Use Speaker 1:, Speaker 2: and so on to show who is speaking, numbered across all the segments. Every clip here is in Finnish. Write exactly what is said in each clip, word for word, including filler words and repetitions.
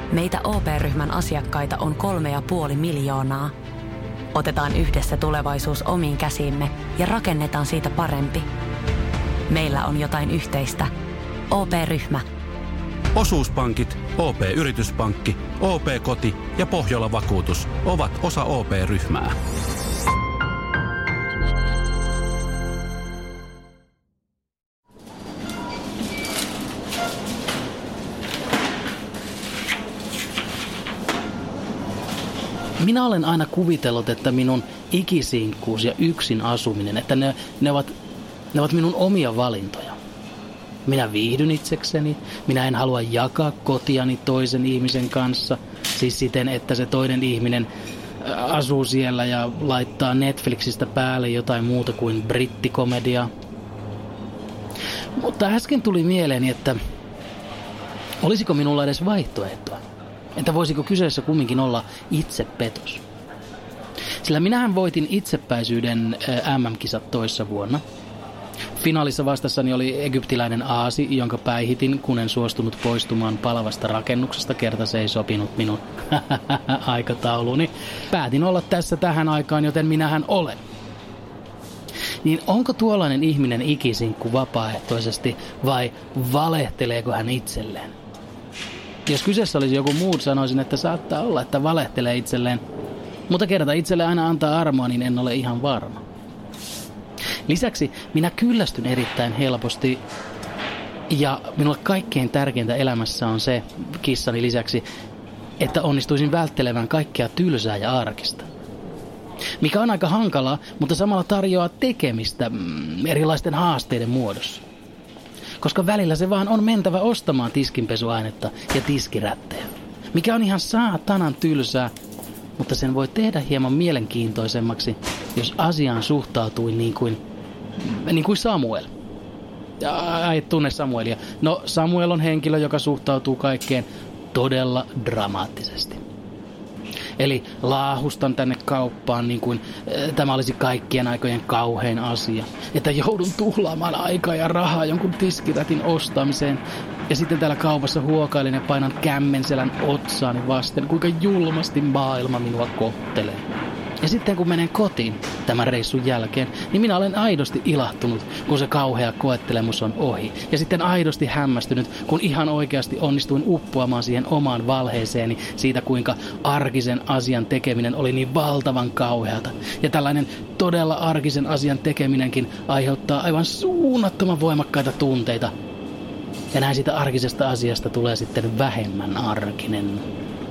Speaker 1: Meitä O P-ryhmän asiakkaita on kolme ja puoli miljoonaa. Otetaan yhdessä tulevaisuus omiin käsiimme ja rakennetaan siitä parempi. Meillä on jotain yhteistä. O P-ryhmä.
Speaker 2: Osuuspankit, O P-yrityspankki, O P-koti ja Pohjola-vakuutus ovat osa O P-ryhmää.
Speaker 3: Minä olen aina kuvitellut, että minun ikisinkkuus ja yksin asuminen, että ne, ne, ovat, ne ovat minun omia valintoja. Minä viihdyn itsekseni, minä en halua jakaa kotiani toisen ihmisen kanssa, siis siten, että se toinen ihminen asuu siellä ja laittaa Netflixistä päälle jotain muuta kuin brittikomediaa. Mutta äsken tuli mieleeni, että olisiko minulla edes vaihtoehtoa? Että voisiko kyseessä kumminkin olla itsepetos? Sillä minähän voitin itsepäisyyden M M-kisat toissa vuonna. Finaalissa vastassani oli egyptiläinen aasi, jonka päihitin, kun en suostunut poistumaan palavasta rakennuksesta, kerta se ei sopinut minun aikatauluni. Päätin olla tässä tähän aikaan, joten minähän olen. Niin onko tuollainen ihminen ikisinkku vapaaehtoisesti vai valehteleeko hän itselleen? Jos kyseessä olisi joku muu, sanoisin, että saattaa olla, että valehtelee itselleen. Mutta kerta itselle aina antaa armoa, niin en ole ihan varma. Lisäksi minä kyllästyn erittäin helposti. Ja minulle kaikkein tärkeintä elämässä on se, kissani lisäksi, että onnistuisin välttelemään kaikkea tylsää ja arkista. Mikä on aika hankalaa, mutta samalla tarjoaa tekemistä mm, erilaisten haasteiden muodossa. Koska välillä se vaan on mentävä ostamaan tiskinpesuainetta ja tiskirättejä. Mikä on ihan saatanan tylsää, mutta sen voi tehdä hieman mielenkiintoisemmaksi, jos asiaan suhtautui niin kuin, niin kuin Samuel. Ja et tunne Samuelia. No Samuel on henkilö, joka suhtautuu kaikkeen todella dramaattisesti. Eli laahustan tänne kauppaan niin kuin äh, tämä olisi kaikkien aikojen kauhein asia. Että joudun tuhlaamaan aikaa ja rahaa jonkun tiskirätin ostamiseen. Ja sitten täällä kaupassa huokailin ja painan kämmenselän otsaani vasten, kuinka julmasti maailma minua kohtelee. Ja sitten kun menen kotiin tämän reissun jälkeen, niin minä olen aidosti ilahtunut, kun se kauhea koettelemus on ohi. Ja sitten aidosti hämmästynyt, kun ihan oikeasti onnistuin uppoamaan siihen omaan valheeseeni siitä, kuinka arkisen asian tekeminen oli niin valtavan kauheata. Ja tällainen todella arkisen asian tekeminenkin aiheuttaa aivan suunnattoman voimakkaita tunteita. Ja näin siitä arkisesta asiasta tulee sitten vähemmän arkinen.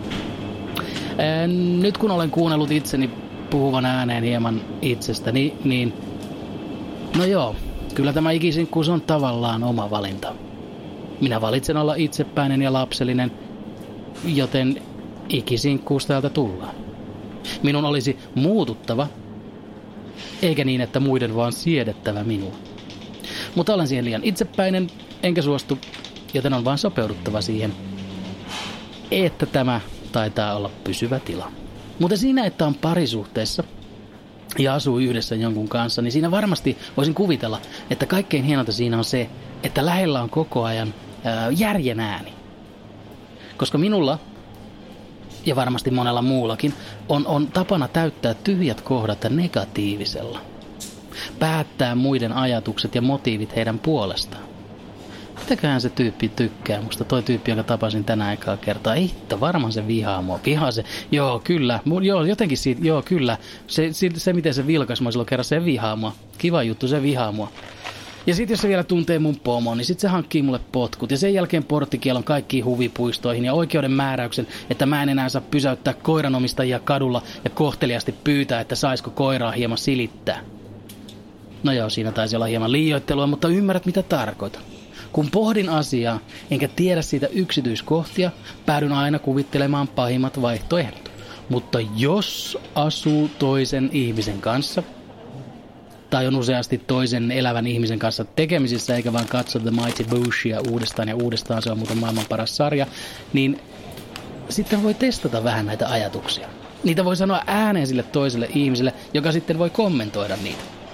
Speaker 3: Nyt kun olen kuunnellut itseni puhuvan ääneen hieman itsestäni, niin no joo, kyllä tämä ikisinkkuus on tavallaan oma valinta. Minä valitsen olla itsepäinen ja lapsellinen, joten ikisinkkuus täältä tullaan. Minun olisi muututtava, eikä niin, että muiden vaan siedettävä minua. Mutta olen siihen liian itsepäinen, enkä suostu, joten on vaan sopeuduttava siihen, että tämä taitaa olla pysyvä tila. Mutta siinä, että on parisuhteessa ja asuu yhdessä jonkun kanssa, niin siinä varmasti voisin kuvitella, että kaikkein hienointa siinä on se, että lähellä on koko ajan ää, järjen ääni. Koska minulla, ja varmasti monella muullakin, on, on tapana täyttää tyhjät kohdat negatiivisella. Päättää muiden ajatukset ja motiivit heidän puolestaan. Mitäköhän se tyyppi tykkää musta? Toi tyyppi, joka tapasin tänä aikaa kertaa. Hitto, varmaan se vihaa mua. Vihaa se. Joo, kyllä. Joo, jotenkin siitä. Joo, kyllä. Se, se, se miten se vilkas mua silloin kerran, se vihaa mua. Kiva juttu, se vihaa mua. Ja sit jos se vielä tuntee mun pomon, niin sit se hankkii mulle potkut. Ja sen jälkeen porttikielon kaikkiin huvipuistoihin ja oikeuden määräyksen, että mä en enää saa pysäyttää koiranomistajia kadulla ja kohteliasti pyytää, että saisiko koiraa hieman silittää. No joo, siinä taisi olla hieman liioittelua, mutta ymmärrät mitä tarkoitan. Kun pohdin asiaa, enkä tiedä siitä yksityiskohtia, päädyn aina kuvittelemaan pahimmat vaihtoehdot. Mutta jos asuu toisen ihmisen kanssa, tai on useasti toisen elävän ihmisen kanssa tekemisissä, eikä vaan katso The Mighty Booshia uudestaan ja uudestaan, se on muuten maailman paras sarja, niin sitten voi testata vähän näitä ajatuksia. Niitä voi sanoa ääneen sille toiselle ihmiselle, joka sitten voi kommentoida niitä.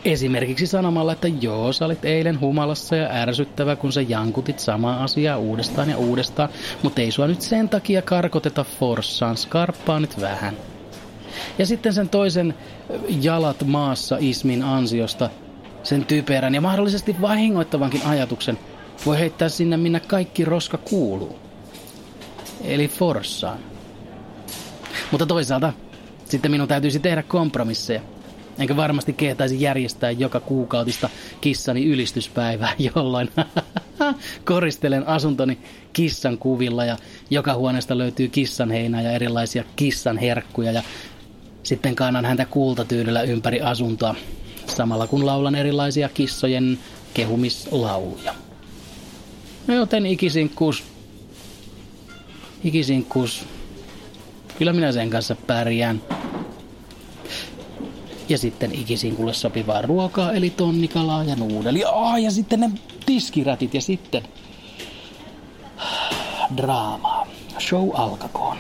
Speaker 3: Esimerkiksi sanomalla, että joo, sä olit eilen humalassa ja ärsyttävä, kun sä jankutit samaa asiaa uudestaan ja uudestaan, mutta ei sua nyt sen takia karkoteta Forssaan, skarppaa nyt vähän. Ja sitten sen toisen jalat maassa ismin ansiosta, sen typerän ja mahdollisesti vahingoittavankin ajatuksen, voi heittää sinne, minne kaikki roska kuuluu. Eli Forssaan. Mutta toisaalta sitten minun täytyisi tehdä kompromisseja. Enkä varmasti kehtaisi järjestää joka kuukautista kissani ylistyspäivää, jolloin koristelen asuntoni kissan kuvilla ja joka huoneesta löytyy kissan heinää ja erilaisia kissan herkkuja ja sitten kannan häntä kultatyydellä ympäri asuntoa, samalla kun laulan erilaisia kissojen kehumislauluja. No joten ikisinkkuus, ikisinkkuus, kyllä minä sen kanssa pärjään. Ja sitten ikisinkulle sopivaa ruokaa, eli tonnikalaa ja nuudelia. Oh, ja sitten ne tiskirätit ja sitten draamaa. Show alkakoon.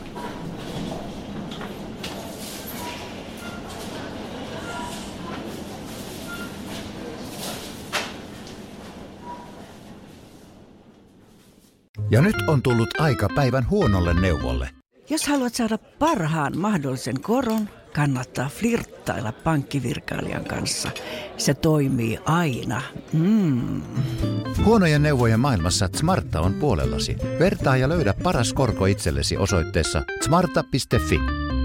Speaker 4: Ja nyt on tullut aika päivän huonolle neuvolle.
Speaker 5: Jos haluat saada parhaan mahdollisen koron, kannattaa flirttailla pankkivirkailijan kanssa. Se toimii aina. Mm.
Speaker 4: Huonojen neuvojen maailmassa Smarta on puolellasi. Vertaa ja löydä paras korko itsellesi osoitteessa smarta piste fi.